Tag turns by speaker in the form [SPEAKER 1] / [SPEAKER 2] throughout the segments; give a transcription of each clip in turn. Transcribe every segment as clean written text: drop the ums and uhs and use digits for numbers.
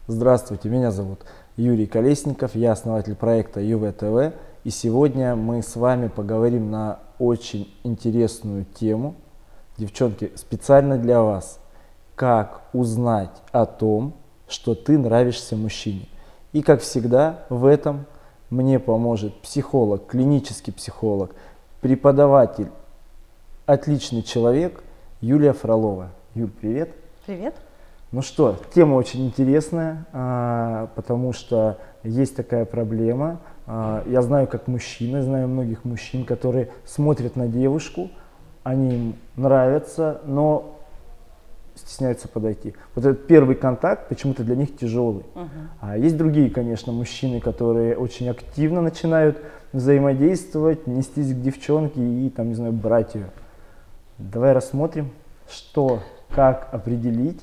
[SPEAKER 1] Здравствуйте, меня зовут Юрий Колесников, я основатель проекта ЮВ-ТВ, и сегодня мы с вами поговорим на очень интересную тему, девчонки, специально для вас, как узнать о том, что ты нравишься мужчине. И как всегда в этом мне поможет психолог, клинический психолог, преподаватель, отличный человек Юлия Фролова. Юль, привет.
[SPEAKER 2] Привет.
[SPEAKER 1] Ну что, тема очень интересная, потому что есть такая проблема. Я знаю как мужчина, знаю многих мужчин, которые смотрят на девушку, они им нравятся, но стесняются подойти. Вот этот первый контакт почему-то для них тяжелый. А есть другие, конечно, мужчины, которые очень активно начинают взаимодействовать, нестись к девчонке и, там, не знаю, брать ее. Давай рассмотрим, что, как определить,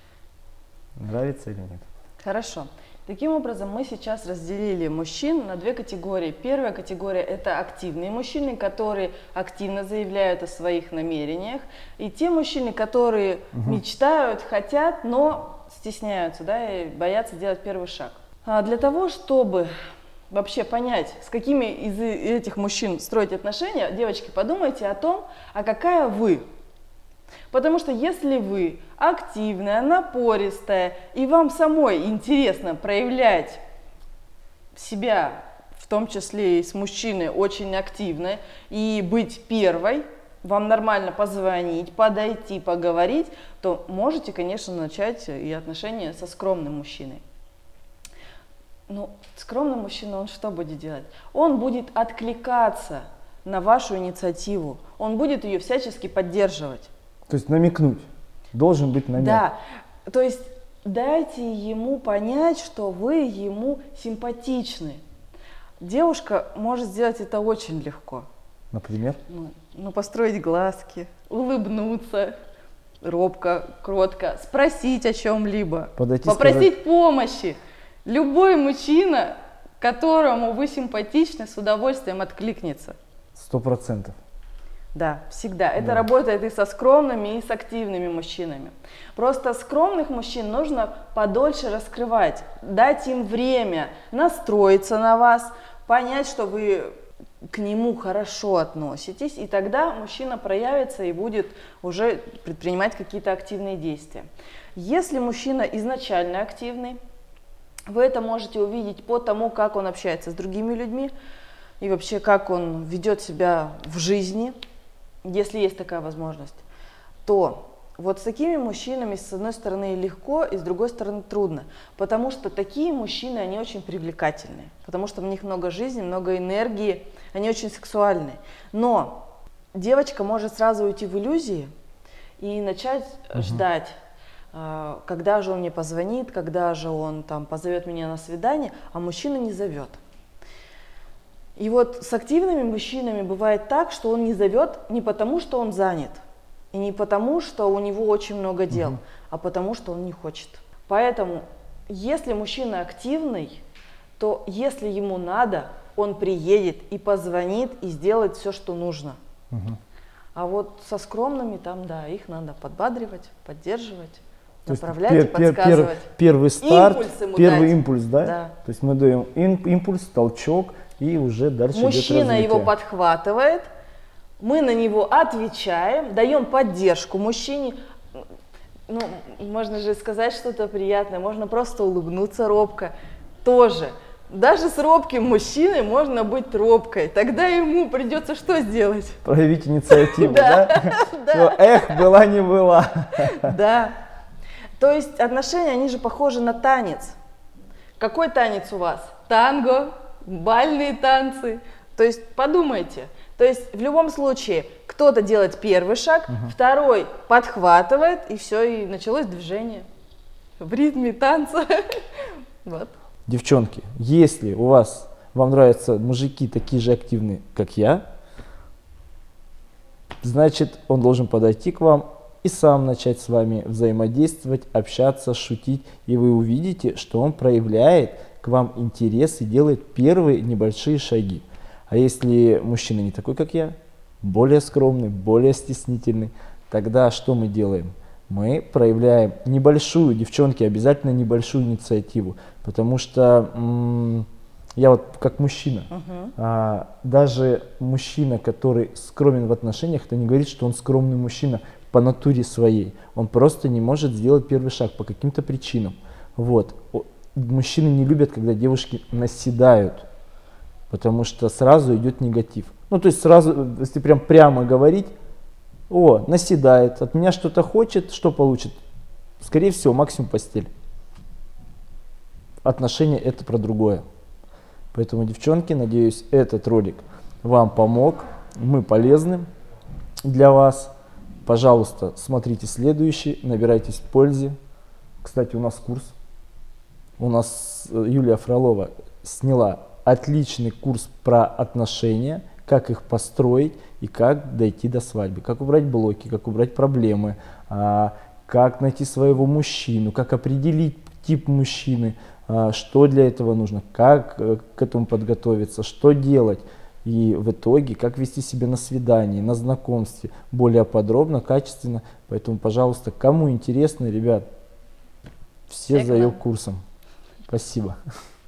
[SPEAKER 1] нравится или нет.
[SPEAKER 2] Хорошо. Таким образом, мы сейчас разделили мужчин на две категории. Первая категория – это активные мужчины, которые активно заявляют о своих намерениях. И те мужчины, которые мечтают, хотят, но стесняются, да, и боятся делать первый шаг. Для того, чтобы вообще понять, с какими из этих мужчин строить отношения, девочки, подумайте о том, а какая вы. Потому что если вы активная, напористая, и вам самой интересно проявлять себя, в том числе и с мужчиной, очень активной, и быть первой, вам нормально позвонить, подойти, поговорить, то можете, конечно, начать и отношения со скромным мужчиной. Ну, скромный мужчина, он что будет делать? Он будет откликаться на вашу инициативу, он будет ее всячески поддерживать.
[SPEAKER 1] То есть намекнуть, должен быть намек.
[SPEAKER 2] Да, то есть дайте ему понять, что вы ему симпатичны. Девушка может сделать это очень легко.
[SPEAKER 1] Например?
[SPEAKER 2] Ну, построить глазки, улыбнуться, робко, кротко, спросить о чем-либо, попросить помощи. Любой мужчина, которому вы симпатичны, с удовольствием откликнется.
[SPEAKER 1] 100%.
[SPEAKER 2] Да, всегда. Это работает и со скромными, и с активными мужчинами. Просто скромных мужчин нужно подольше раскрывать, дать им время настроиться на вас, понять, что вы к нему хорошо относитесь, и тогда мужчина проявится и будет уже предпринимать какие-то активные действия. Если мужчина изначально активный, вы это можете увидеть по тому, как он общается с другими людьми и вообще как он ведет себя в жизни. Если есть такая возможность, то вот с такими мужчинами с одной стороны легко и с другой стороны трудно, потому что такие мужчины, они очень привлекательные, потому что в них много жизни, много энергии, они очень сексуальные. Но девочка может сразу уйти в иллюзии и начать ждать, когда же он мне позвонит, когда же он там позовет меня на свидание, а мужчина не зовет. И вот с активными мужчинами бывает так, что он не зовет не потому, что он занят, и не потому, что у него очень много дел, а потому, что он не хочет. Поэтому, если мужчина активный, то если ему надо, он приедет и позвонит, и сделает все, что нужно. А вот со скромными там, да, их надо подбадривать, поддерживать, направлять и подсказывать.
[SPEAKER 1] Первый старт, первый
[SPEAKER 2] дать.
[SPEAKER 1] Импульс, да? То есть мы даем импульс, толчок, и уже дальше
[SPEAKER 2] мужчина его подхватывает, мы на него отвечаем, даем поддержку мужчине. Ну, можно же сказать что-то приятное, можно просто улыбнуться робко. Тоже. Даже с робким мужчиной можно быть робкой. Тогда ему придется что сделать?
[SPEAKER 1] Проявить инициативу, да? Эх, была не была.
[SPEAKER 2] Да. То есть отношения, они же похожи на танец. Какой танец у вас? Танго? Бальные танцы. То есть подумайте. То есть в любом случае кто-то делает первый шаг, второй подхватывает, и все, и началось движение в ритме танца. Вот.
[SPEAKER 1] Девчонки, если вам нравятся мужики такие же активные, как я, значит, он должен подойти к вам и сам начать с вами взаимодействовать, общаться, шутить, и вы увидите, что он проявляет к вам интерес и делает первые небольшие шаги. А если мужчина не такой, как я, более скромный, более стеснительный, тогда что мы делаем? мы проявляем небольшую, девчонки, обязательно небольшую инициативу, потому что я вот как мужчина, даже мужчина, который скромен в отношениях, это не говорит, что он скромный мужчина по натуре своей, он просто не может сделать первый шаг по каким-то причинам. Вот. Мужчины не любят, когда девушки наседают, потому что сразу идет негатив. Ну, то есть сразу, если прямо говорить, наседает, от меня что-то хочет, что получит? Скорее всего, максимум постель. Отношения это про другое. Поэтому, девчонки, надеюсь, этот ролик вам помог, мы полезны для вас. Пожалуйста, смотрите следующий, набирайтесь в пользе. Кстати, у нас курс. У нас Юлия Фролова сняла отличный курс про отношения, как их построить и как дойти до свадьбы, как убрать блоки, как убрать проблемы, как найти своего мужчину, как определить тип мужчины, что для этого нужно, как к этому подготовиться, что делать. И в итоге, как вести себя на свидании, на знакомстве, более подробно, качественно. Поэтому, пожалуйста, кому интересно, ребят, все за ее курсом. Спасибо.